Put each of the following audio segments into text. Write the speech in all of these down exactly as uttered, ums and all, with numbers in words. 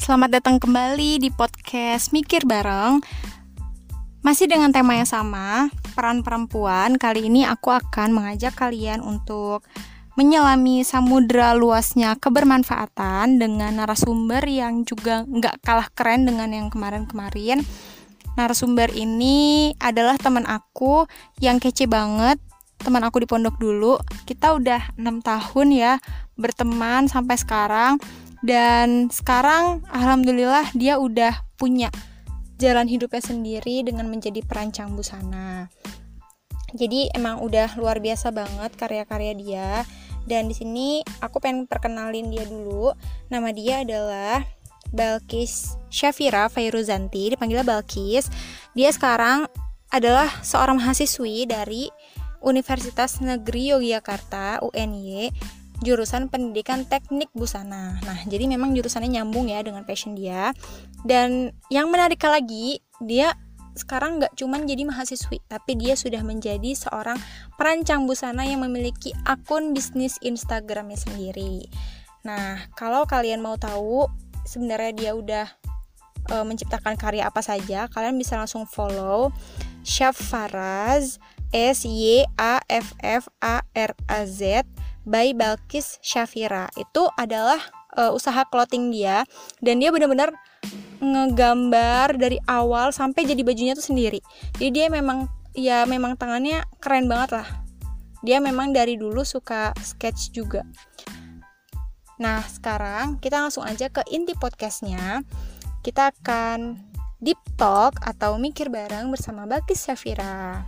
selamat datang kembali di podcast Mikir Bareng. Masih dengan tema yang sama, peran perempuan. Kali ini aku akan mengajak kalian untuk menyelami samudera luasnya kebermanfaatan dengan narasumber yang juga nggak kalah keren dengan yang kemarin-kemarin. Narasumber ini adalah teman aku yang kece banget, teman aku di pondok dulu. Kita udah enam tahun ya berteman sampai sekarang. Dan sekarang alhamdulillah dia udah punya jalan hidupnya sendiri dengan menjadi perancang busana. Jadi emang udah luar biasa banget karya-karya dia. Dan di sini aku pengen perkenalin dia dulu. Nama dia adalah Balkis Syafira Fairuzanti, dipanggilnya Balkis. Dia sekarang adalah seorang mahasiswi dari Universitas Negeri Yogyakarta U N Y, jurusan Pendidikan Teknik Busana. Nah, jadi memang jurusannya nyambung ya dengan passion dia. Dan yang menarik lagi, dia sekarang gak cuma jadi mahasiswi, tapi dia sudah menjadi seorang perancang busana yang memiliki akun bisnis Instagramnya sendiri. Nah, kalau kalian mau tahu sebenarnya dia udah e, menciptakan karya apa saja, kalian bisa langsung follow Syaffaraz, S Y A F F A R A Z by Balkis Syafira. Itu adalah uh, usaha clothing dia, dan dia benar-benar ngegambar dari awal sampai jadi bajunya tuh sendiri. Jadi dia memang ya memang tangannya keren banget lah. Dia memang dari dulu suka sketch juga. Nah, sekarang kita langsung aja ke inti podcastnya. Kita akan deep talk atau mikir bareng bersama Balkis Syafira.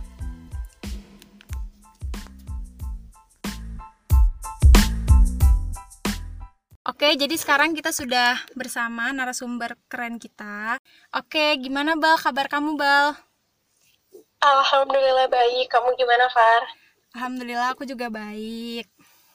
Oke, jadi sekarang kita sudah bersama narasumber keren kita. Oke, gimana Bal? Kabar kamu, Bal? Alhamdulillah baik. Kamu gimana, Far? Alhamdulillah, aku juga baik.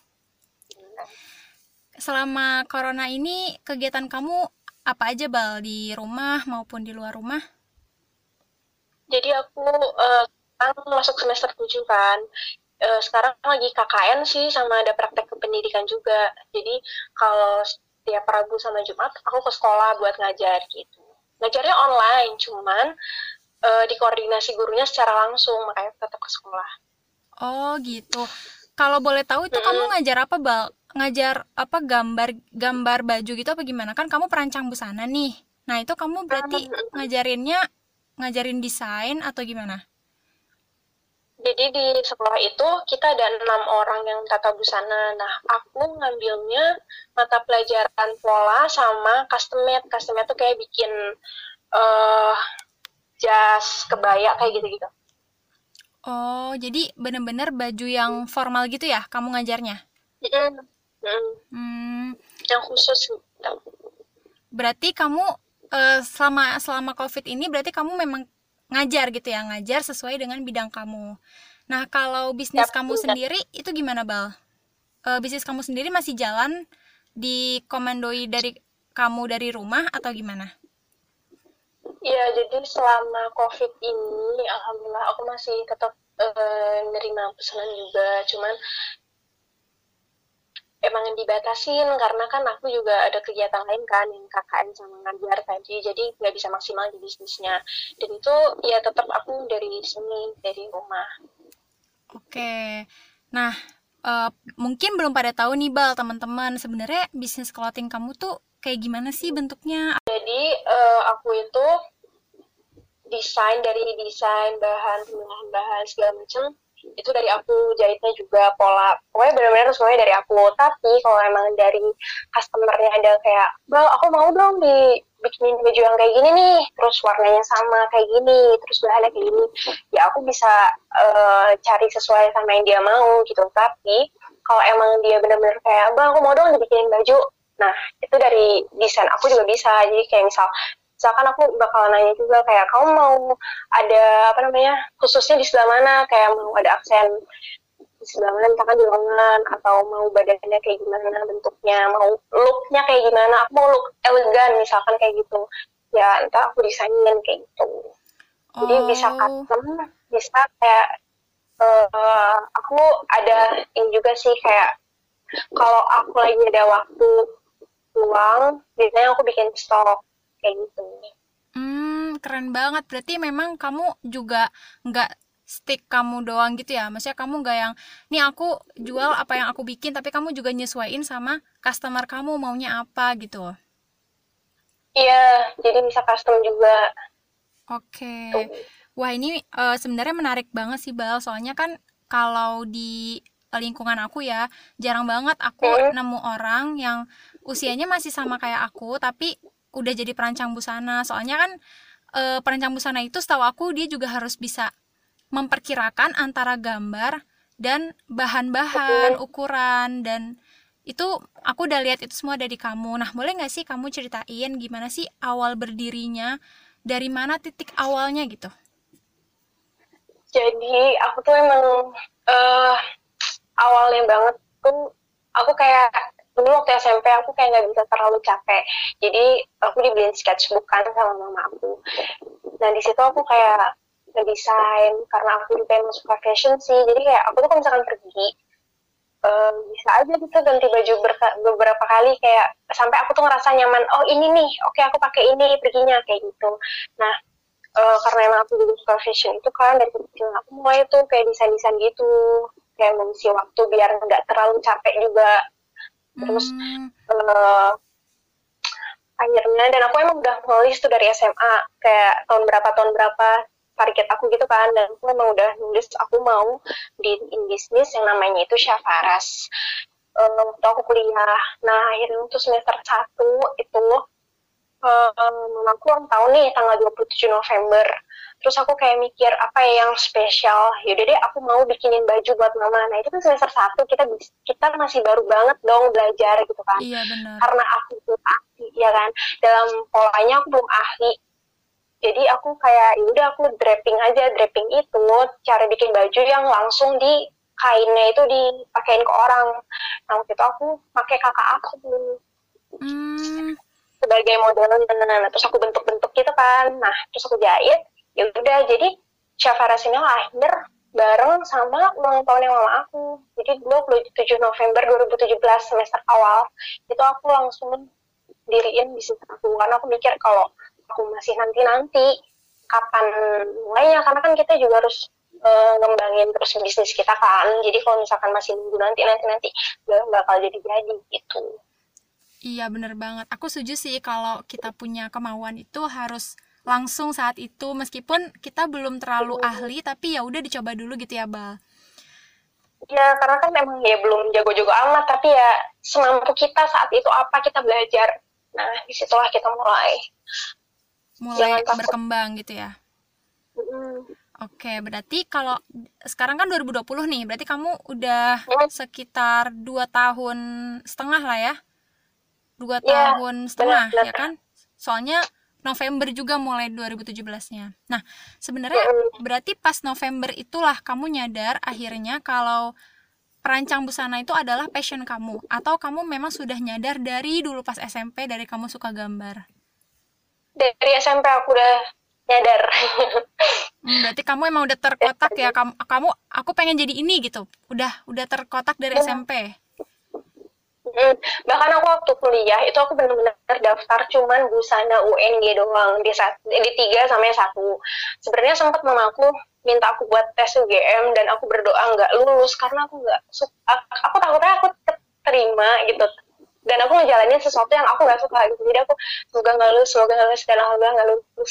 Selama corona ini, kegiatan kamu apa aja, Bal? Di rumah maupun di luar rumah? Jadi aku uh, sekarang masuk semester tujuh kan. Uh, sekarang lagi K K N sih, sama ada praktek kependidikan juga. Jadi kalau setiap Rabu sama Jumat aku ke sekolah buat ngajar gitu. Ngajarnya online, cuman uh, dikoordinasi gurunya secara langsung, makanya tetap ke sekolah. Oh gitu. Kalau boleh tahu itu mm-hmm. kamu ngajar apa, Bal? Ngajar apa, gambar gambar baju gitu apa gimana? Kan kamu perancang busana nih. Nah itu kamu berarti mm-hmm. ngajarinnya ngajarin desain atau gimana? Jadi di sekolah itu kita ada enam orang yang tata busana. Nah, aku ngambilnya mata pelajaran pola sama custom made. Custom made tuh kayak bikin uh, jas, kebaya, kayak gitu-gitu. Oh, jadi benar-benar baju yang formal gitu ya kamu ngajarnya? Mm-hmm. Mm-hmm. Hmm. Yang khusus gitu. Berarti kamu uh, selama selama COVID ini berarti kamu memang ngajar gitu ya, ngajar sesuai dengan bidang kamu. Nah, kalau bisnis ya, kamu ya. sendiri itu gimana, Bal? E, bisnis kamu sendiri masih jalan dikomandoi dari kamu dari rumah atau gimana? Iya, jadi selama COVID ini, alhamdulillah aku masih tetap e, nerima pesanan juga, cuman emang dibatasin karena kan aku juga ada kegiatan lain kan yang K K N sama ngajar tadi, jadi nggak bisa maksimal di bisnisnya. Dan itu ya tetap aku dari sini, dari rumah. Oke, nah uh, mungkin belum pada tahu nih Bal, teman-teman, sebenarnya bisnis clothing kamu tuh kayak gimana sih bentuknya? Jadi uh, aku itu desain dari desain bahan, pemilihan bahan segala macam. Itu dari aku, jahitnya juga, pola pokoknya benar-benar semuanya dari aku. Tapi kalau emang dari customernya ada kayak, Bal aku mau dong dibikinin baju yang kayak gini nih, terus warnanya sama kayak gini, terus bahannya kayak gini, ya aku bisa uh, cari sesuai sama yang dia mau gitu. Tapi kalau emang dia benar-benar kayak, Bal aku mau dong dibikinin baju, nah itu dari desain aku juga bisa. Jadi kayak misal misalkan aku bakal nanya juga kayak, kamu mau ada apa namanya khususnya di sebelah mana, kayak mau ada aksen di sebelah mana, misalkan di lengan, atau mau badannya kayak gimana bentuknya, mau looknya kayak gimana, aku mau look elegan misalkan kayak gitu, ya ntar aku desainin kayak gitu. Oh. Jadi bisa custom, bisa kayak uh, aku ada yang juga sih kayak kalau aku lagi ada waktu uang, biasanya aku bikin stok kayak gitu. Hmm, keren banget. Berarti memang kamu juga nggak stick kamu doang gitu ya? Maksudnya kamu nggak yang, nih aku jual apa yang aku bikin, tapi kamu juga nyesuaiin sama customer kamu maunya apa gitu. Iya, jadi bisa custom juga Oke. tuh. Wah, ini eh, sebenarnya menarik banget sih, Bal. Soalnya kan kalau di lingkungan aku ya, jarang banget aku Hmm, nemu orang yang usianya masih sama kayak aku, tapi udah jadi perancang busana. Soalnya kan eh, perancang busana itu setahu aku dia juga harus bisa memperkirakan antara gambar dan bahan-bahan, hmm. ukuran, dan itu aku udah lihat itu semua dari kamu. Nah, boleh nggak sih kamu ceritain gimana sih awal berdirinya, dari mana titik awalnya gitu? Jadi aku tuh emang eh awalnya banget tuh aku kayak dulu waktu S M P aku kayak nggak bisa terlalu capek. Jadi aku dibeliin sketchbook kan sama mama aku. Nah di situ aku kayak ngedesain karena aku juga emang suka fashion sih. Jadi kayak aku tuh kalau misalkan pergi eh, bisa aja gitu ganti baju berka- beberapa kali kayak sampai aku tuh ngerasa nyaman. Oh ini nih, oke aku pakai ini perginya kayak gitu. Nah eh, karena emang aku juga suka fashion itu kan dari kecil aku mulai tuh kayak desain-desain gitu kayak mengisi waktu biar nggak terlalu capek juga terus Hmm, eh, akhirnya dan aku emang udah nulis tuh dari S M A kayak tahun berapa tahun berapa target aku gitu kan dan aku emang udah nulis aku mau di in bisnis yang namanya itu Syafaras eh, waktu aku kuliah nah akhirnya tuh semester satu itu um, aku ulang tahun nih tanggal dua puluh tujuh November. Terus aku kayak mikir apa ya yang spesial. Yaudah deh aku mau bikinin baju buat mama. Nah itu kan semester satu kita kita masih baru banget dong belajar gitu kan. iya benar. Karena aku belum ahli ya kan. Dalam polanya aku belum ahli. Jadi aku kayak yaudah aku draping aja. Draping itu cara bikin baju yang langsung di kainnya itu dipakein ke orang. Nah waktu itu aku pakai kakak aku Hmm, sebagai modelnya terus aku bentuk-bentuk gitu kan nah terus aku jahit ya udah jadi Syafara ini lahir bareng sama ulang tahunnya mama aku jadi dua puluh tujuh November dua ribu tujuh belas semester awal itu aku langsung diriin bisnis aku karena aku mikir kalau aku masih nanti-nanti kapan mulainya karena kan kita juga harus uh, ngembangin terus bisnis kita kan jadi kalau misalkan masih nunggu nanti nanti nanti gak bakal jadi jadi gitu. iya benar banget. Aku setuju sih kalau kita punya kemauan itu harus langsung saat itu, meskipun kita belum terlalu ahli, tapi ya udah dicoba dulu gitu ya, Bal. Ya, karena kan emang ya belum jago-jago amat, tapi ya semampu kita saat itu apa kita belajar. Nah, disitulah kita mulai. Mulai Jangan takut. berkembang gitu ya. Mm-mm. Oke, berarti kalau sekarang kan dua ribu dua puluh nih, berarti kamu udah sekitar dua tahun setengah lah ya? Dua Ya, tahun setengah ya benar-benar. kan? Soalnya November juga mulai dua ribu tujuh belas-nya. Nah, sebenarnya Mm-mm. berarti pas November itulah kamu nyadar akhirnya kalau perancang busana itu adalah passion kamu, atau kamu memang sudah nyadar dari dulu pas S M P dari kamu suka gambar? Dari S M P aku udah nyadar. Hmm, berarti kamu emang udah terkotak ya, kamu kamu aku pengen jadi ini gitu. Udah udah terkotak dari S M P. Mm, bahkan aku waktu kuliah itu aku benar-benar daftar cuman busana U N G doang di sat, di tiga sama yang satu. Sebenarnya sempat mamaku minta aku buat tes U G M dan aku berdoa nggak lulus karena aku nggak suka. Aku takutnya aku terima gitu. Dan aku ngejalanin sesuatu yang aku nggak suka gitu. Jadi aku semoga nggak lulus, semoga nggak lulus dan alhamdulillah nggak lulus.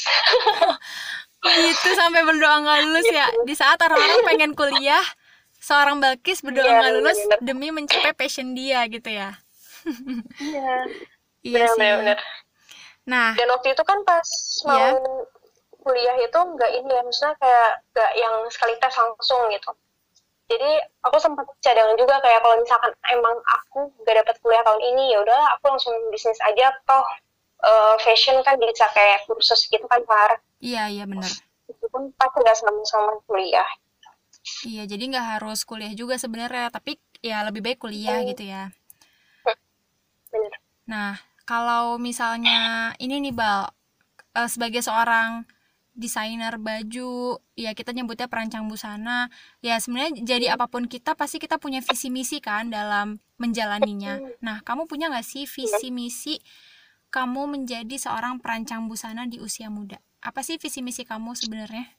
Gitu sampai berdoa nggak lulus ya. Gitu. Di saat orang-orang pengen kuliah, seorang Balkis berdoa Iya nggak lulus benar-benar. demi mencapai passion dia gitu ya. Iya Iya sih. benar-benar. Nah, Dan waktu itu kan pas mau ya. kuliah itu nggak ini ya, maksudnya kayak nggak yang sekali tes langsung gitu. Jadi aku sempat cadangan juga kayak kalau misalkan emang aku gak dapat kuliah tahun ini ya udah aku langsung bisnis aja toh uh, fashion kan bisa kayak kursus gitu kan Par. Iya, iya bener. Itu pun pas nggak sama-sama kuliah. Iya, jadi nggak harus kuliah juga sebenarnya, tapi ya lebih baik kuliah Hmm, gitu ya. bener. Nah, kalau misalnya ini nih Bal, eh, sebagai seorang desainer baju, ya kita nyebutnya perancang busana. Ya sebenarnya jadi apapun kita pasti kita punya visi misi kan dalam menjalaninya. Nah, kamu punya nggak sih visi misi kamu menjadi seorang perancang busana di usia muda? Apa sih visi misi kamu sebenarnya?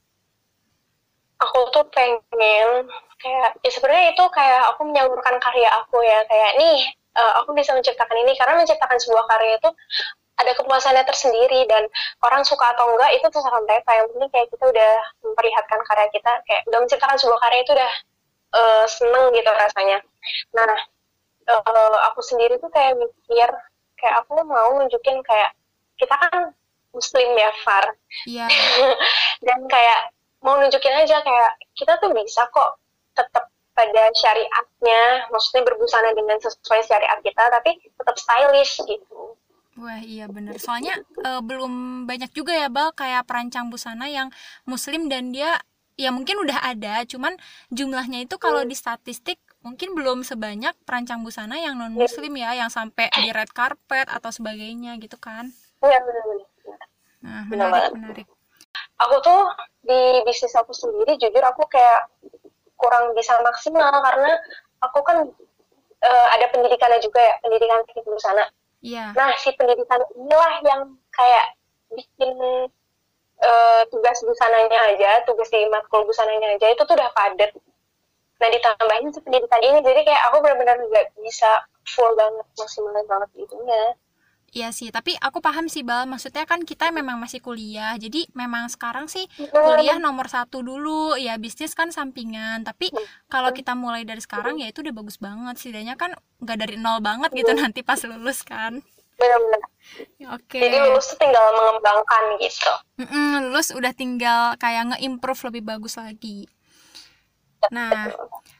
Aku tuh pengen kayak ya sebenarnya itu kayak aku menyalurkan karya aku ya, kayak nih uh, aku bisa menciptakan ini, karena menciptakan sebuah karya itu ada kepuasannya tersendiri, dan orang suka atau enggak itu terserah mereka. Yang penting kayak kita udah memperlihatkan karya kita, kayak udah menciptakan sebuah karya itu udah uh, seneng gitu rasanya. Nah, uh, aku sendiri tuh kayak mikir kayak aku mau nunjukin kayak kita kan muslim ya, Far. Iya. Dan kayak mau nunjukin aja kayak kita tuh bisa kok tetap pada syariatnya, maksudnya berbusana dengan sesuai syariat kita, tapi tetap stylish gitu. Wah iya bener, soalnya e, belum banyak juga ya Bal kayak perancang busana yang muslim, dan dia ya mungkin udah ada, cuman jumlahnya itu kalau Hmm. di statistik mungkin belum sebanyak perancang busana yang non muslim ya, yang sampai di red carpet atau sebagainya gitu kan. Iya benar-benar. Nah menarik menarik. Aku tuh di bisnis aku sendiri jujur aku kayak kurang bisa maksimal, karena aku kan uh, ada pendidikannya juga ya, pendidikan teknik busana. Iya. Nah, si pendidikan inilah yang kayak bikin uh, tugas busananya aja, tugas di matkul busananya aja itu tuh udah padat. Nah, ditambahin si pendidikan ini, jadi kayak aku benar-benar nggak bisa full banget, maksimal banget gitunya. Iya sih, tapi aku paham sih Bal, maksudnya kan kita memang masih kuliah, jadi memang sekarang sih kuliah nomor satu dulu, ya bisnis kan sampingan, tapi kalau kita mulai dari sekarang ya itu udah bagus banget, setidaknya kan nggak dari nol banget gitu nanti pas lulus kan. Benar-benar. Oke. Jadi lulus tuh tinggal mengembangkan gitu. Mm-mm, lulus udah tinggal kayak nge-improve lebih bagus lagi. Nah,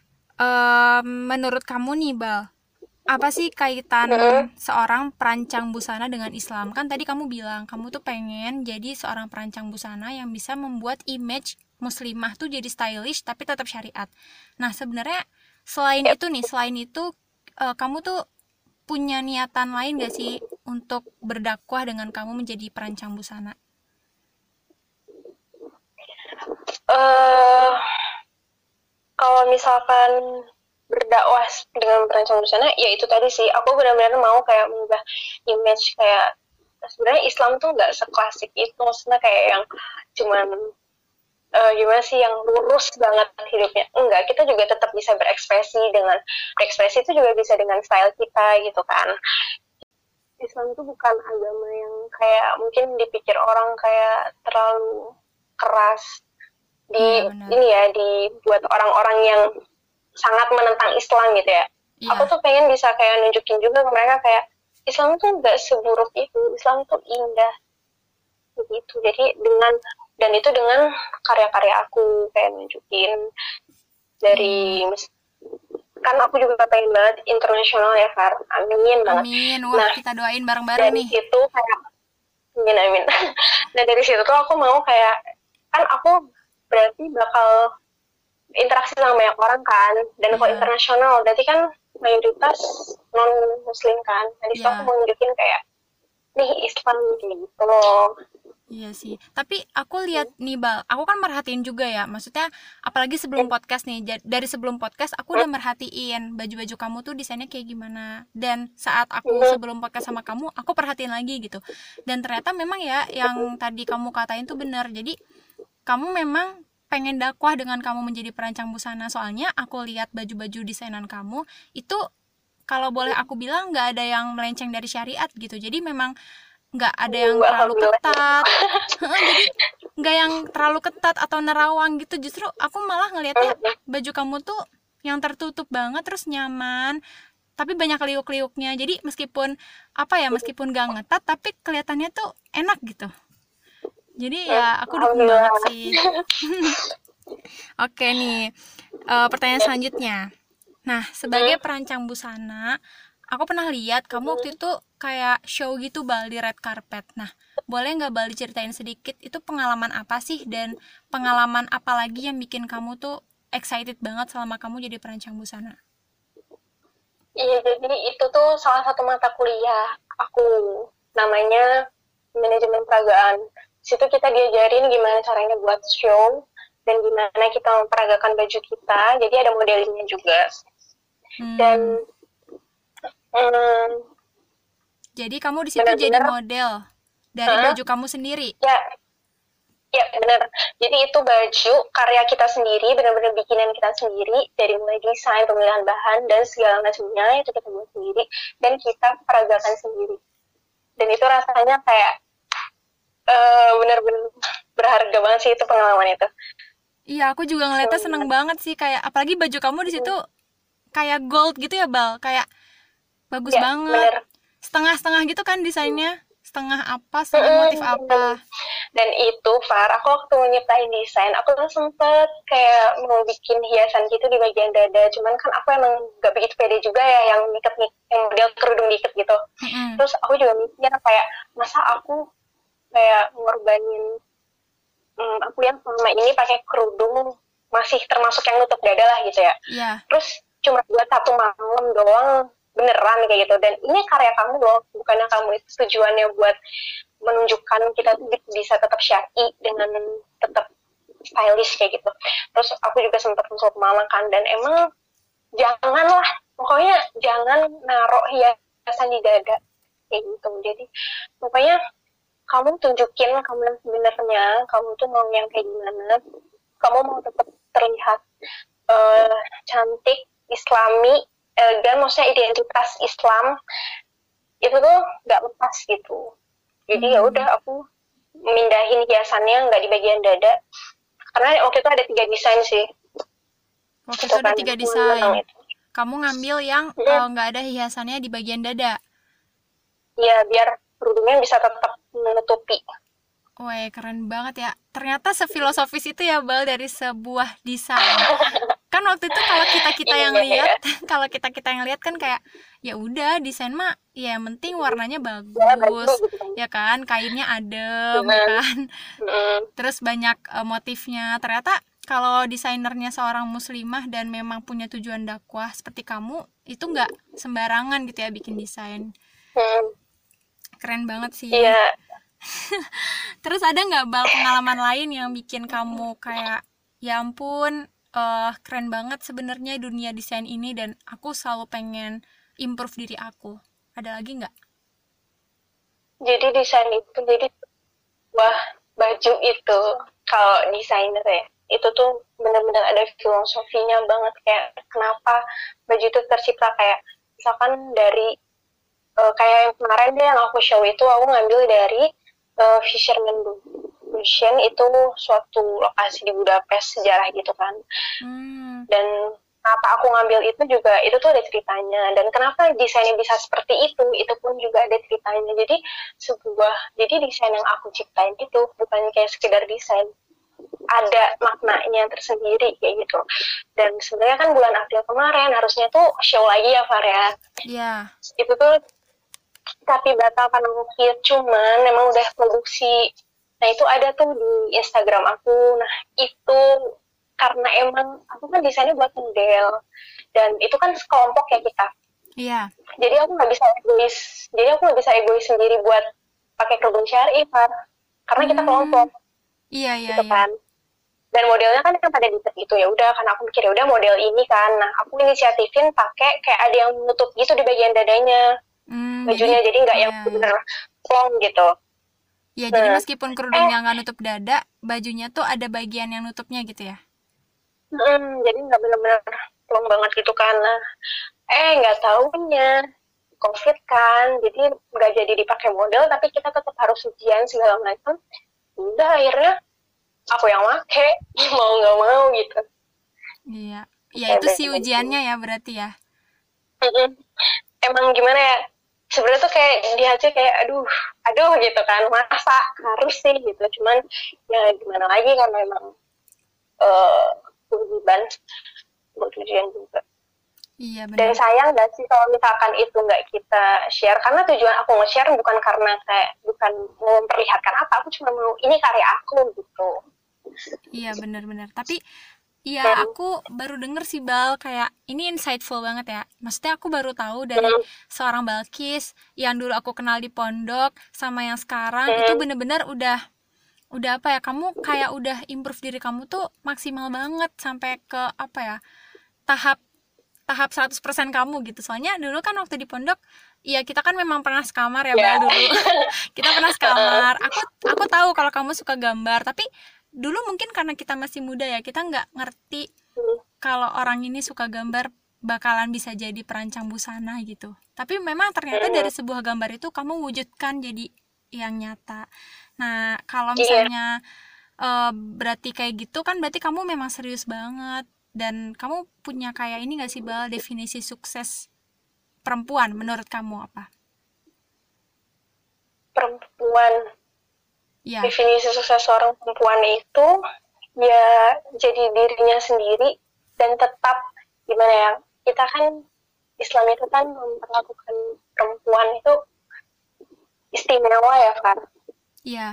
um, menurut kamu nih Bal, apa sih kaitan Mm-hmm. seorang perancang busana dengan Islam? Kan tadi kamu bilang kamu tuh pengen jadi seorang perancang busana yang bisa membuat image muslimah tuh jadi stylish tapi tetap syariat. Nah sebenarnya selain Yep. itu nih, selain itu uh, kamu tuh punya niatan lain gak sih untuk berdakwah dengan kamu menjadi perancang busana? Uh, kalau misalkan berdakwah dengan perancang busana, ya itu tadi sih, aku benar-benar mau kayak mengubah image kayak sebenarnya Islam tuh nggak seklasik itu, maksudnya kayak yang cuman uh, gimana sih yang lurus banget hidupnya, enggak, kita juga tetap bisa berekspresi, dengan berekspresi itu juga bisa dengan style kita gitu kan. Islam itu bukan agama yang kayak mungkin dipikir orang kayak terlalu keras di Iya, ini ya, dibuat orang-orang yang sangat menentang Islam gitu ya. Iya. Aku tuh pengen bisa kayak nunjukin juga ke mereka kayak Islam tuh nggak seburuk itu, Islam tuh indah begitu. Jadi dengan dan itu dengan karya-karya aku kayak nunjukin dari hmm. kan aku juga pengen banget internasional ya Far, amin banget. Amin, wah nah, kita doain bareng-bareng nih. Dari situ kayak amin amin. Nah dari situ tuh aku mau kayak kan aku berarti bakal interaksi sama banyak orang kan, dan yeah. Kalau internasional berarti kan mayoritas non muslim kan. Nah disitu yeah. Aku mau nunjukin kayak nih Islam gitu loh. Iya sih, tapi aku lihat nih Bal, aku kan merhatiin juga ya, maksudnya apalagi sebelum podcast nih, dari sebelum podcast aku udah merhatiin baju-baju kamu tuh desainnya kayak gimana, dan saat aku sebelum podcast sama kamu, aku perhatiin lagi gitu, dan ternyata memang ya yang tadi kamu katain tuh benar, jadi kamu memang pengen dakwah dengan kamu menjadi perancang busana, soalnya aku lihat baju-baju desainan kamu itu kalau boleh aku bilang nggak ada yang melenceng dari syariat gitu, jadi memang nggak ada yang terlalu ketat, jadi nggak yang terlalu ketat atau nerawang gitu, justru aku malah ngelihatnya baju kamu tuh yang tertutup banget terus nyaman, tapi banyak liuk-liuknya, jadi meskipun apa ya meskipun nggak ngetat tapi kelihatannya tuh enak gitu. Jadi ya aku dukung banget sih. Oke nih, uh, pertanyaan selanjutnya. Nah, sebagai perancang busana, aku pernah lihat kamu waktu itu kayak show gitu Bal di red carpet. Nah, boleh nggak Bal diceritain sedikit itu pengalaman apa sih, dan pengalaman apa lagi yang bikin kamu tuh excited banget selama kamu jadi perancang busana? Iya, jadi itu tuh salah satu mata kuliah aku, namanya manajemen peragaan. situ kita diajarin gimana caranya buat show dan gimana kita memperagakan baju kita. Jadi ada modelingnya juga. Hmm. Dan um, jadi kamu di situ jadi model dari huh? baju kamu sendiri? Ya, ya benar. Jadi itu baju karya kita sendiri, benar-benar bikinan kita sendiri, dari mulai desain, pemilihan bahan dan segala macamnya itu kita buat sendiri dan kita peragakan sendiri. Dan itu rasanya kayak uh, benar-benar berharga banget sih itu pengalaman itu. Iya, aku juga ngeliatnya seneng banget sih, kayak apalagi baju kamu di situ hmm. kayak gold gitu ya, Bal, kayak bagus ya, banget. Bener. Setengah-setengah gitu kan desainnya, setengah apa, setengah mm-hmm. motif apa. Dan itu, Far, aku waktu nyiptain desain, aku tuh sempet kayak mau bikin hiasan gitu di bagian dada, cuman kan aku emang gak begitu pede juga ya, yang ngikat, yang model kerudung diikat gitu. Mm-hmm. Terus aku juga mikir kayak, masa aku kayak ngorbanin hmm, aku yang selama ini pakai kerudung masih termasuk yang nutup dada lah gitu ya. Yeah. Terus cuma buat satu malam doang, beneran kayak gitu. Dan ini karya kamu loh, bukannya kamu itu tujuannya buat menunjukkan kita tuh bisa tetap syar'i dengan tetap stylish kayak gitu. Terus aku juga sempat konsult mama kan, dan emang janganlah, pokoknya jangan naruh hiasan di dada kayak gitu. Jadi pokoknya kamu tunjukin kamu yang sebenarnya, kamu tuh mau yang kayak gimana, kamu mau tetap terlihat uh, cantik, islami, elegan, maksudnya identitas Islam itu tuh nggak lepas gitu. Jadi hmm. ya udah aku mindahin hiasannya nggak di bagian dada, karena waktu itu ada tiga desain sih. Waktu itu ada tiga desain. Kamu ngambil yang nggak hmm. uh, ada hiasannya di bagian dada. Iya, biar kerudungnya bisa tetap menutupi. Wah, keren banget ya. Ternyata sefilosofis itu ya, Bal, dari sebuah desain. Kan waktu itu kalau kita-kita yang lihat, kalau kita-kita yang lihat kan kayak ya udah desain mah ya yang penting warnanya bagus. Ya kan, kainnya adem ya kan. Terus banyak uh, motifnya. Ternyata kalau desainernya seorang muslimah dan memang punya tujuan dakwah seperti kamu, itu nggak sembarangan gitu ya bikin desain. Keren banget sih. Iya. Terus ada nggak, Bal, pengalaman lain yang bikin kamu kayak ya ampun, uh, keren banget sebenarnya dunia desain ini dan aku selalu pengen improve diri aku? Ada lagi nggak? Jadi desain itu, jadi wah baju itu kalau desainer ya itu tuh benar-benar ada filosofinya banget, kayak kenapa baju itu tercipta, kayak misalkan dari uh, kayak yang kemarin deh yang aku show itu aku ngambil dari Uh, Fisherman Bush. Fisherman itu suatu lokasi di Budapest sejarah gitu kan. Hmm. Dan kenapa aku ngambil itu juga, itu tuh ada ceritanya. Dan kenapa desainnya bisa seperti itu, itu pun juga ada ceritanya. Jadi sebuah, jadi desain yang aku ciptain itu bukan kayak sekedar desain, ada maknanya tersendiri kayak gitu. Dan sebenarnya kan bulan April kemarin harusnya tuh show lagi ya, Far ya. Iya. Yeah. Itu tuh tapi batal karena COVID, cuman memang udah produksi. Nah itu ada tuh di Instagram aku. Nah itu karena emang aku kan desainnya buat model, dan itu kan sekelompok ya kita. Iya. Yeah. Jadi aku nggak bisa egois. Jadi aku nggak bisa egois sendiri buat pakai kerudung syar'i, Far. Karena kita hmm. kelompok. Iya iya. Gitu kan. Dan modelnya kan yang pada di itu ya udah, karena aku mikir ya udah model ini kan. Nah aku inisiatifin pakai kayak ada yang menutup gitu di bagian dadanya. Hmm, bajunya, jadi nggak yang bener plong gitu. Ya, nah, jadi meskipun kerudungnya nggak eh, nutup dada, bajunya tuh ada bagian yang nutupnya gitu ya? Hmm, jadi nggak bener-bener plong banget gitu kan. Nah, eh nggak taunya COVID kan, jadi nggak jadi dipakai model, tapi kita tetap harus ujian segala macam. Udah akhirnya aku yang make, mau nggak mau gitu. Iya, ya itu sih ujiannya ya berarti ya. Mm-mm. Emang gimana ya? Sebenarnya tuh kayak di hati kayak aduh, aduh gitu kan, masa harus sih gitu. Cuman ya gimana lagi kan memang uh, kewajiban buat ujian juga. Iya benar. Dan sayang gak sih kalau misalkan itu nggak kita share, karena tujuan aku nge-share bukan karena kayak bukan mau memperlihatkan apa, aku cuma mau ini karya aku gitu. Iya benar-benar. Tapi iya, aku baru denger sih, Bal, kayak ini insightful banget ya. Maksudnya aku baru tahu dari mm. seorang Balkis yang dulu aku kenal di pondok sama yang sekarang mm. itu bener-bener udah udah apa ya, kamu kayak udah improve diri kamu tuh maksimal banget sampai ke apa ya, tahap tahap seratus persen kamu gitu. Soalnya dulu kan waktu di pondok, iya kita kan memang pernah sekamar ya Ya. Bel dulu. Kita pernah sekamar. Aku aku tahu kalau kamu suka gambar, tapi dulu mungkin karena kita masih muda ya, kita nggak ngerti kalau orang ini suka gambar bakalan bisa jadi perancang busana gitu. Tapi memang ternyata dari sebuah gambar itu kamu wujudkan jadi yang nyata. Nah, kalau Iya. misalnya eh, berarti kayak gitu kan berarti kamu memang serius banget, dan kamu punya kayak ini gak sih Bal, definisi sukses perempuan menurut kamu apa? Perempuan, Ya, definisi sukses seorang perempuan itu ya jadi dirinya sendiri dan tetap gimana ya, kita kan Islam itu kan memperlakukan perempuan itu istimewa ya kan, iya,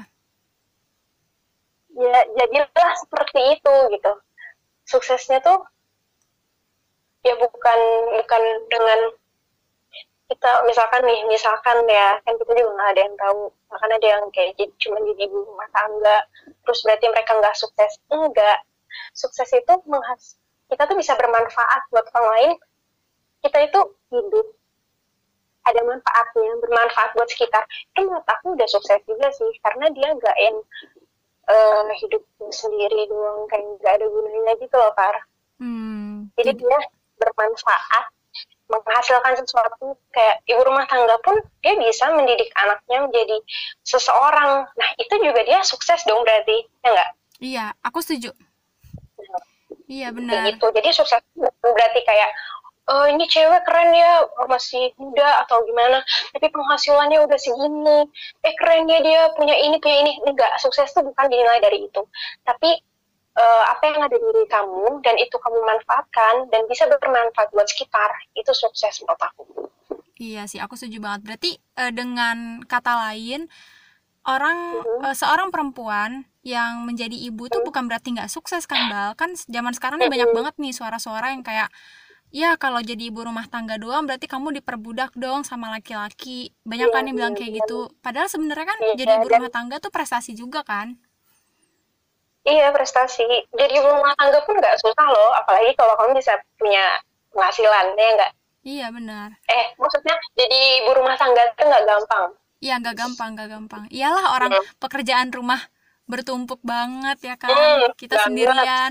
ya jadilah seperti itu gitu. Suksesnya tuh ya bukan bukan dengan kita misalkan nih, misalkan ya kan kita juga nggak ada yang tahu, misalkan ada yang kayak jadi, cuma jadi ibu rumah tangga terus berarti mereka nggak sukses. Enggak, sukses itu menghas kita tuh bisa bermanfaat buat orang lain, kita itu hidup ada manfaatnya, bermanfaat buat sekitar, itu menurut aku udah sukses juga sih, karena dia nggak yang uh, hidup sendiri doang kayak nggak ada gunanya gitu loh Kar. hmm, Jadi jadi dia bermanfaat, menghasilkan sesuatu. Kayak ibu rumah tangga pun dia bisa mendidik anaknya menjadi seseorang. Nah itu juga dia sukses dong berarti, ya nggak? iya, aku setuju. Iya Kayak benar. gitu. Jadi sukses berarti kayak oh, ini cewek keren ya, masih muda atau gimana, tapi penghasilannya udah segini, eh keren ya dia punya ini, punya ini. Enggak, sukses tuh bukan dinilai dari itu, tapi uh, apa yang ada di diri kamu, dan itu kamu manfaatkan, dan bisa bermanfaat buat sekitar, itu sukses menurut aku. Iya sih, aku setuju banget. Berarti eh, dengan kata lain, orang Mhm. eh, seorang perempuan yang menjadi ibu tuh bukan berarti nggak sukses kan Bal. Kan zaman sekarang nih banyak Mhm. banget nih suara-suara yang kayak, ya kalau jadi ibu rumah tangga doang berarti kamu diperbudak dong sama laki-laki. Banyak Iya, kan yang iya, bilang kayak iya. gitu. Padahal sebenarnya kan Iya, jadi ibu dan rumah tangga tuh prestasi juga kan. iya prestasi. Jadi ibu rumah tangga pun nggak susah loh, apalagi kalau kamu bisa punya penghasilan, ya nggak? Iya benar. Eh, maksudnya jadi ibu rumah tangga itu nggak gampang. Iya nggak gampang, nggak gampang. Iyalah orang Hmm. pekerjaan rumah bertumpuk banget ya kan. Hmm, Kita banget. sendirian.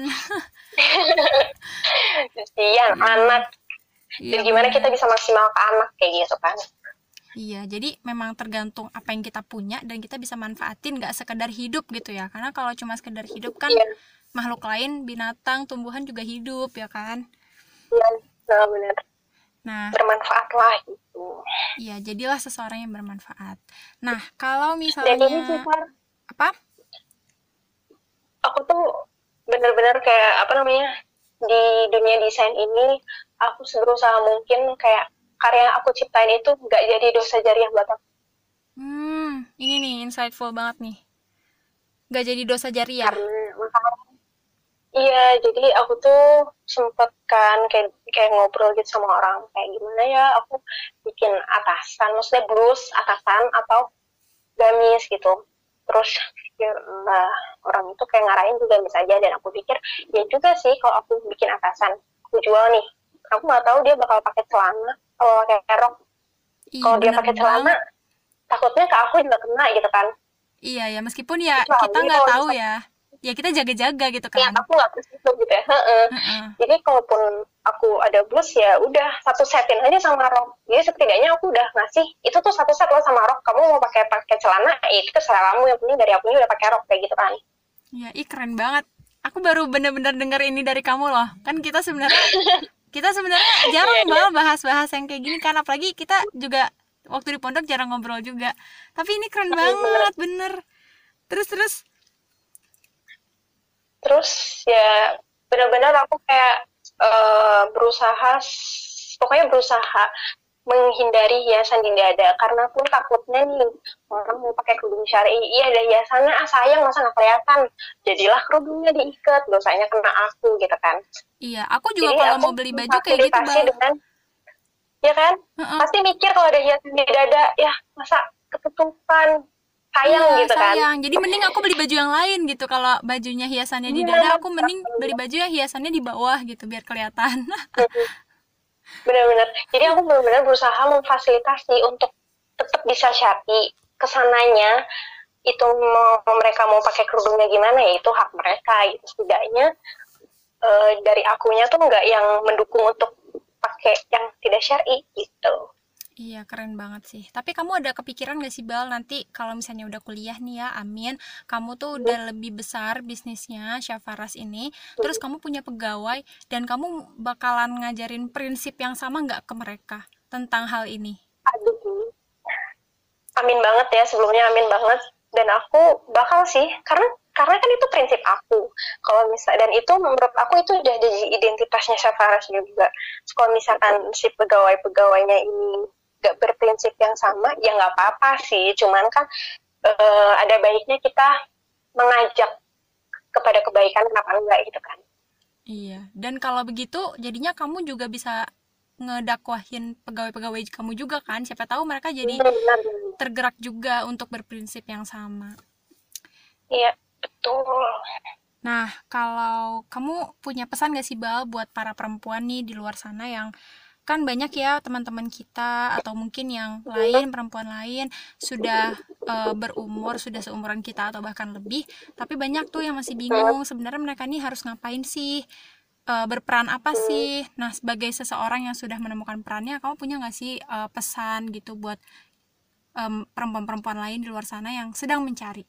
Kesian Iya. anak. Iya Jadi gimana benar. kita bisa maksimal ke anak kayak gitu kan? Iya, jadi memang tergantung apa yang kita punya dan kita bisa manfaatin, nggak sekedar hidup gitu ya. Karena kalau cuma sekedar hidup kan Iya, makhluk lain, binatang, tumbuhan juga hidup ya kan. iya, nah, benar. Nah, Bermanfaat lah gitu. iya jadilah seseorang yang bermanfaat. Nah, kalau Dan ini sih, misalnya Far, apa? aku tuh bener-bener kayak apa namanya, di dunia desain ini aku berusaha mungkin kayak karya yang aku ciptain itu nggak jadi dosa jariah buat aku. Hmm, ini nih insightful banget nih. Nggak jadi dosa jariah. Karena makanya iya, jadi aku tuh sempet kan kayak kayak ngobrol gitu sama orang kayak gimana ya aku bikin atasan, maksudnya blus atasan atau gamis gitu. Terus ya, nah, orang itu kayak ngarahin juga bisa aja, dan aku pikir ya juga sih, kalau aku bikin atasan aku jual nih, aku nggak tahu dia bakal pakai celana kalau pakai rok. Ih, Kalau dia bener pakai celana banget. takutnya ke aku juga kena gitu kan. Iya ya, meskipun ya kita Kecuali nggak kalau tahu misalnya ya. Ya kita jaga-jaga gitu niat kan. aku nggak ke situ gitu ya. Heeh. Heeh. Jadi kalaupun aku ada blus ya udah satu setin aja sama rok. Jadi setidaknya aku udah ngasih itu tuh satu set lo sama rok. Kamu mau pakai pakai celana, eh, itu terserah kamu. Yang penting dari aku ini udah pakai rok kayak gitu kan. Ya, ih keren banget. Aku baru bener-bener denger ini dari kamu loh. Kan kita sebenarnya kita sebenarnya jarang Iya, iya. banget bahas-bahas yang kayak gini kan, apalagi kita juga waktu di pondok jarang ngobrol juga. Tapi ini keren Bener. banget, bener. Terus terus. Terus ya benar-benar aku kayak eh, berusaha, pokoknya berusaha menghindari hiasan di dada, karena aku takutnya nih orang mau pakai kerudung syar'i, iya ada hiasannya, ah sayang masa nggak kelihatan, jadilah kerudungnya diikat, dosanya kena aku gitu kan. Iya, aku juga Jadi kalau aku mau beli baju kayak gitu, memfasilitasi Bal. dengan, ya kan, Heeh. pasti mikir kalau ada hiasan di dada, ya masa ketutupan, sayang Iya, gitu kan. sayang. Jadi mending aku beli baju yang lain gitu. Kalau bajunya hiasannya di Iya, dada, aku mending beli baju yang hiasannya di bawah gitu biar kelihatan. benar-benar. Jadi aku benar-benar berusaha memfasilitasi untuk tetap bisa syari kesananya itu mau mereka mau pakai kerudungnya gimana ya itu hak mereka gitu setidaknya uh, dari akunya tuh nggak yang mendukung untuk pakai yang tidak syar'i gitu. Iya, keren banget sih. Tapi kamu ada kepikiran gak sih, Bal, nanti kalau misalnya udah kuliah nih ya, amin, kamu tuh udah lebih besar bisnisnya, Syafaras ini, terus kamu punya pegawai, dan kamu bakalan ngajarin prinsip yang sama nggak ke mereka tentang hal ini? Aduh, amin banget ya sebelumnya amin banget dan aku bakal sih karena karena kan itu prinsip aku kalau misal dan itu menurut aku itu udah jadi identitasnya Syafaras juga. Kalau misalkan si pegawai-pegawainya ini gak berprinsip yang sama ya nggak apa-apa sih cuman kan uh, ada baiknya kita mengajak kepada kebaikan kenapa enggak gitu kan. Iya, dan kalau begitu jadinya kamu juga bisa ngedakwahin pegawai-pegawai kamu juga kan, siapa tahu mereka jadi Benar, tergerak juga untuk berprinsip yang sama. iya betul. Nah, kalau kamu punya pesan gak sih, Bal, buat para perempuan nih di luar sana yang kan banyak ya teman-teman kita atau mungkin yang lain, perempuan lain sudah e, berumur, sudah seumuran kita atau bahkan lebih, tapi banyak tuh yang masih bingung sebenarnya mereka nih harus ngapain sih, e, berperan apa sih. Nah, sebagai seseorang yang sudah menemukan perannya, kamu punya gak sih e, pesan gitu buat e, perempuan-perempuan lain di luar sana yang sedang mencari?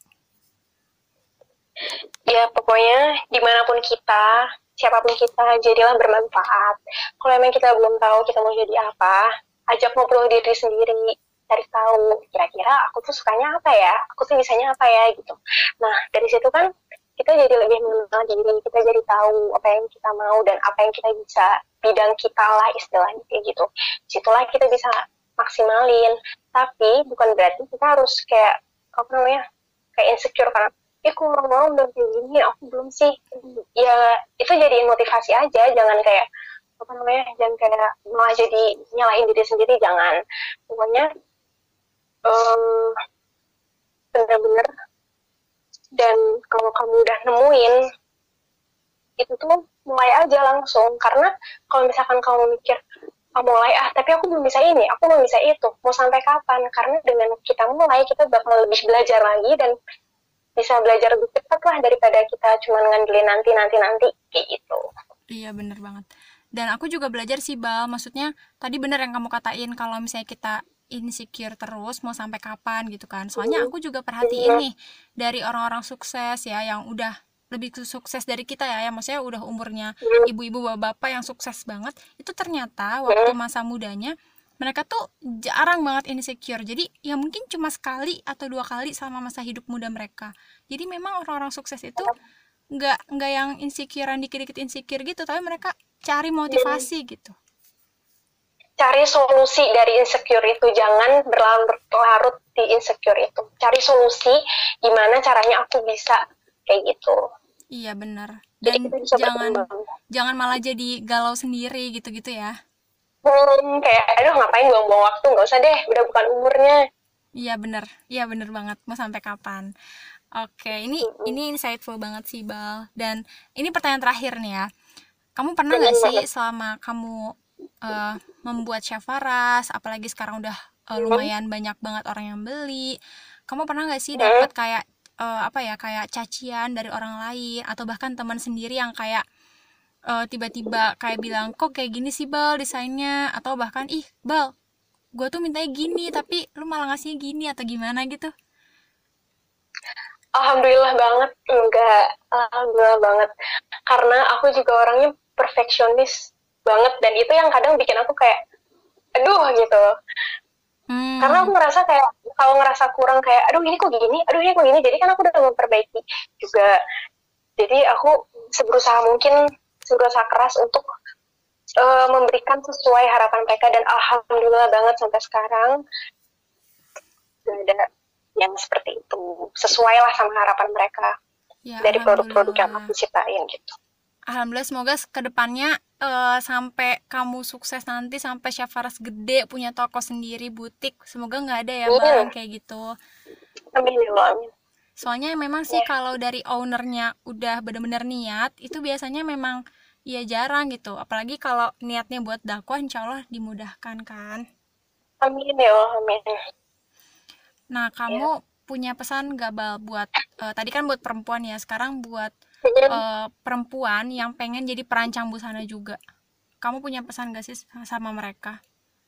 Ya pokoknya dimanapun kita, siapapun kita, jadilah bermanfaat. Kalau emang kita belum tahu kita mau jadi apa, ajak ngobrol diri sendiri, cari tahu kira-kira aku tuh sukanya apa ya, aku tuh bisanya apa ya gitu. Nah dari situ kan kita jadi lebih mengenal diri, kita jadi tahu apa yang kita mau dan apa yang kita bisa, bidang kita lah istilahnya kayak gitu. Situlah kita bisa maksimalin, tapi bukan berarti kita harus kayak apa namanya kayak insecure karena eh aku mau mau belum kayak gini aku belum sih ya itu jadiin motivasi aja jangan kayak apa namanya jangan kayak malah jadi nyalain diri sendiri jangan pokoknya um, bener-bener dan kalau kamu udah nemuin itu tuh mulai aja langsung karena kalau misalkan kamu mikir oh, mulai ah tapi aku belum bisa ini aku belum bisa itu mau sampai kapan karena dengan kita mulai kita bakal lebih belajar lagi dan bisa belajar lebih cepat lah daripada kita cuma ngandelin nanti nanti nanti kayak gitu. Iya bener banget. Dan aku juga belajar sih, Bal, maksudnya tadi bener yang kamu katain kalau misalnya kita insecure terus mau sampai kapan gitu kan. Soalnya aku juga perhatiin nih dari orang-orang sukses ya yang udah lebih sukses dari kita ya, yang maksudnya udah umurnya ibu-ibu bapak-bapak yang sukses banget, itu ternyata waktu masa mudanya mereka tuh jarang banget insecure. Jadi ya mungkin cuma sekali atau dua kali selama masa hidup muda mereka. Jadi memang orang-orang sukses itu nggak nggak yang insecurean dikit-dikit insecure gitu, tapi mereka cari motivasi gitu. Cari solusi dari insecure itu, jangan berlarut-larut di insecure itu. Cari solusi gimana caranya aku bisa kayak gitu. Iya benar. Dan jangan berkembang. Jangan malah jadi galau sendiri gitu-gitu ya. Hmm, kayak aduh ngapain buang-buang waktu, nggak usah deh udah bukan umurnya. Iya bener, iya bener banget, mau sampai kapan. Oke, ini mm-hmm. ini insightful banget sih, Bal. Dan ini pertanyaan terakhir nih ya, kamu pernah nggak sih selama kamu uh, membuat Syafaras, apalagi sekarang udah uh, lumayan banyak banget orang yang beli, kamu pernah nggak sih dapat kayak uh, apa ya kayak cacian dari orang lain atau bahkan teman sendiri yang kayak Uh, tiba-tiba kayak bilang kok kayak gini sih, Bal, desainnya, atau bahkan ih, Bal, gue tuh mintanya gini tapi lu malah ngasihnya gini atau gimana gitu? Alhamdulillah banget enggak, alhamdulillah banget karena aku juga orangnya perfeksionis banget dan itu yang kadang bikin aku kayak aduh gitu. Hmm. Karena aku ngerasa kayak kalau ngerasa kurang kayak aduh ini kok gini, aduh ini kok gini, jadi kan aku udah memperbaiki juga. Jadi aku seberusaha mungkin berusaha keras untuk uh, memberikan sesuai harapan mereka dan alhamdulillah banget sampai sekarang gak ada yang seperti itu sesuai lah sama harapan mereka ya, dari produk-produk yang aku ciptain gitu. Alhamdulillah, semoga kedepannya uh, sampai kamu sukses nanti, sampai Syafaras gede, punya toko sendiri, butik. Semoga nggak ada ya bang kayak gitu. Amin ya Allah, amin. Soalnya memang sih yeah. kalau dari ownernya udah benar-benar niat, itu biasanya memang ya jarang gitu. Apalagi kalau niatnya buat dakwah, insya Allah dimudahkan kan. Amin ya Allah, amin. Nah, kamu yeah. punya pesan gak bal buat uh, tadi kan buat perempuan ya, sekarang buat uh, perempuan yang pengen jadi perancang busana juga. Kamu punya pesan gak sih sama mereka?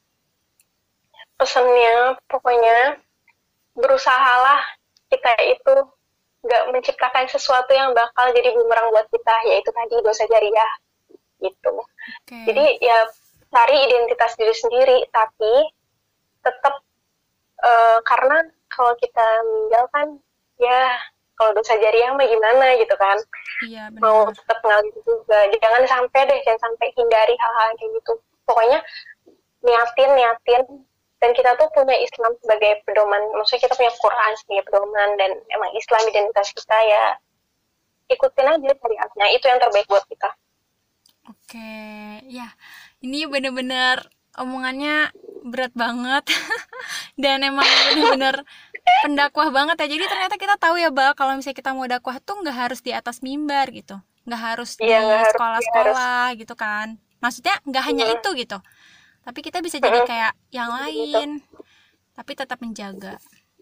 Pesannya pokoknya berusahalah kita itu gak menciptakan sesuatu yang bakal jadi bumerang buat kita, yaitu tadi dosa jariah gitu. Okay. Jadi ya cari identitas diri sendiri, tapi tetap uh, karena kalau kita meninggal kan ya kalau dosa jariah mah gimana gitu kan. Iya, benar. Mau tetap ngalir juga, jangan sampai deh jangan sampai hindari hal-hal kayak gitu. Pokoknya niatin niatin dan kita tuh punya Islam sebagai pedoman, maksudnya kita punya Quran sebagai pedoman, dan emang Islam identitas kita, ya ikutin aja syariatnya, itu yang terbaik buat kita. Oke, ya ini bener-bener omongannya berat banget dan emang bener-bener pendakwah banget ya. Jadi ternyata kita tahu ya Bal, kalau misalnya kita mau dakwah tuh nggak harus di atas mimbar gitu, nggak harus ya, di sekolah-sekolah gitu kan, maksudnya nggak hanya hmm. itu gitu, tapi kita bisa jadi kayak yang lain gitu. Tapi tetap menjaga,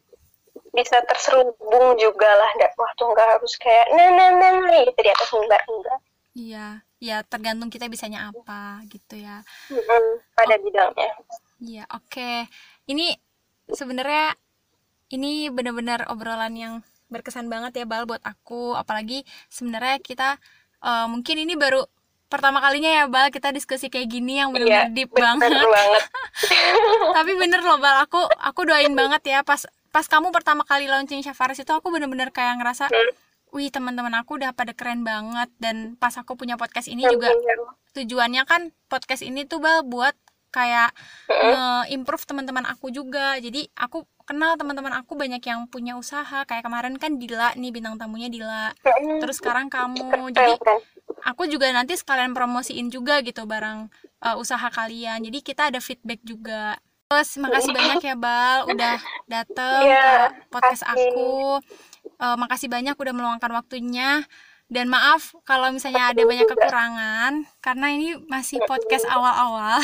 bisa terselubung juga lah dakwah tuh, nggak harus kayak nah nah nah gitu di atas mimbar, enggak. Iya, ya tergantung kita bisanya apa gitu ya. Mm-hmm, pada oh. bidangnya. Iya, oke. Okay. Ini sebenarnya ini benar-benar obrolan yang berkesan banget ya Bal buat aku, apalagi sebenarnya kita uh, mungkin ini baru pertama kalinya ya Bal kita diskusi kayak gini yang benar-benar iya, deep banget. banget. Tapi bener loh Bal, aku aku doain banget ya pas pas kamu pertama kali launching Syafaras itu, aku bener-bener kayak ngerasa hmm. wih teman-teman aku udah pada keren banget. Dan pas aku punya podcast ini juga tujuannya kan podcast ini tuh Bal buat kayak nge-improve teman-teman aku juga. Jadi aku kenal teman-teman aku banyak yang punya usaha, kayak kemarin kan Dila nih, bintang tamunya Dila, terus sekarang kamu. Jadi aku juga nanti sekalian promosiin juga gitu barang uh, usaha kalian, jadi kita ada feedback juga. Terus makasih banyak ya Bal udah dateng yeah, ke podcast kasih. aku uh, makasih banyak udah meluangkan waktunya, dan maaf kalau misalnya ada banyak kekurangan karena ini masih podcast awal-awal.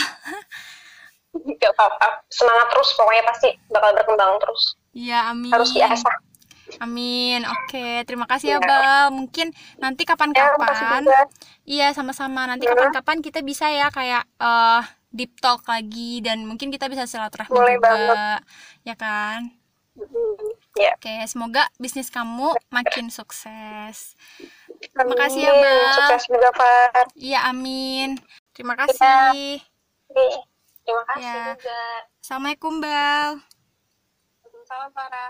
Gak apa-apa, semangat terus, pokoknya pasti bakal berkembang terus. Iya, amin. Harus diasah. Amin. Oke, terima kasih ya, ya Bal. Mungkin nanti kapan-kapan. Ya, iya, sama-sama. Nanti ya. kapan-kapan kita bisa ya kayak uh, deep talk lagi, dan mungkin kita bisa silaturahmi juga. Banget. Ya kan? Ya. Oke, semoga bisnis kamu makin sukses. Terima Amin. kasih ya, Bal. Sukses juga, Pak. Iya, amin. Terima kasih. Ya. Terima kasih ya. juga. Assalamualaikum, Bal. Salam, Farah.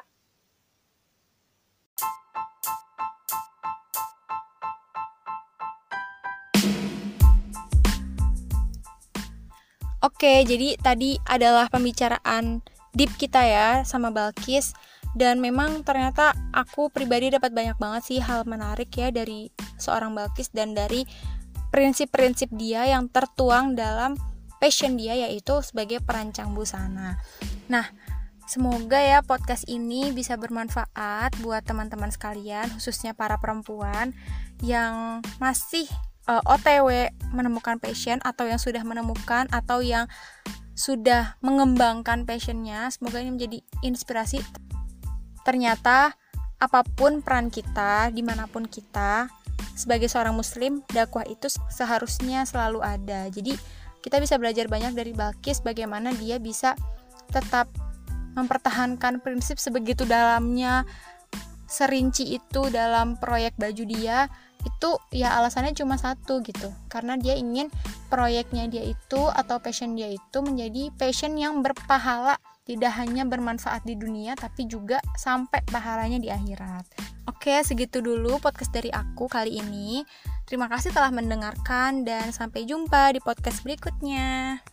Oke, jadi tadi adalah pembicaraan deep kita ya sama Balkis, dan memang ternyata aku pribadi dapat banyak banget sih hal menarik ya dari seorang Balkis dan dari prinsip-prinsip dia yang tertuang dalam passion dia, yaitu sebagai perancang busana. Nah, semoga ya podcast ini bisa bermanfaat buat teman-teman sekalian, khususnya para perempuan yang masih uh, O T W menemukan passion, atau yang sudah menemukan, atau yang sudah mengembangkan passionnya. Semoga ini menjadi inspirasi. Ternyata apapun peran kita, dimanapun kita, sebagai seorang muslim, dakwah itu seharusnya selalu ada. Jadi kita bisa belajar banyak dari Balkis, bagaimana dia bisa tetap mempertahankan prinsip sebegitu dalamnya, serinci itu dalam proyek baju dia. Itu ya alasannya cuma satu gitu, karena dia ingin proyeknya dia itu atau passion dia itu menjadi passion yang berpahala, tidak hanya bermanfaat di dunia tapi juga sampai pahalanya di akhirat. Oke, segitu dulu podcast dari aku kali ini. Terima kasih telah mendengarkan dan sampai jumpa di podcast berikutnya.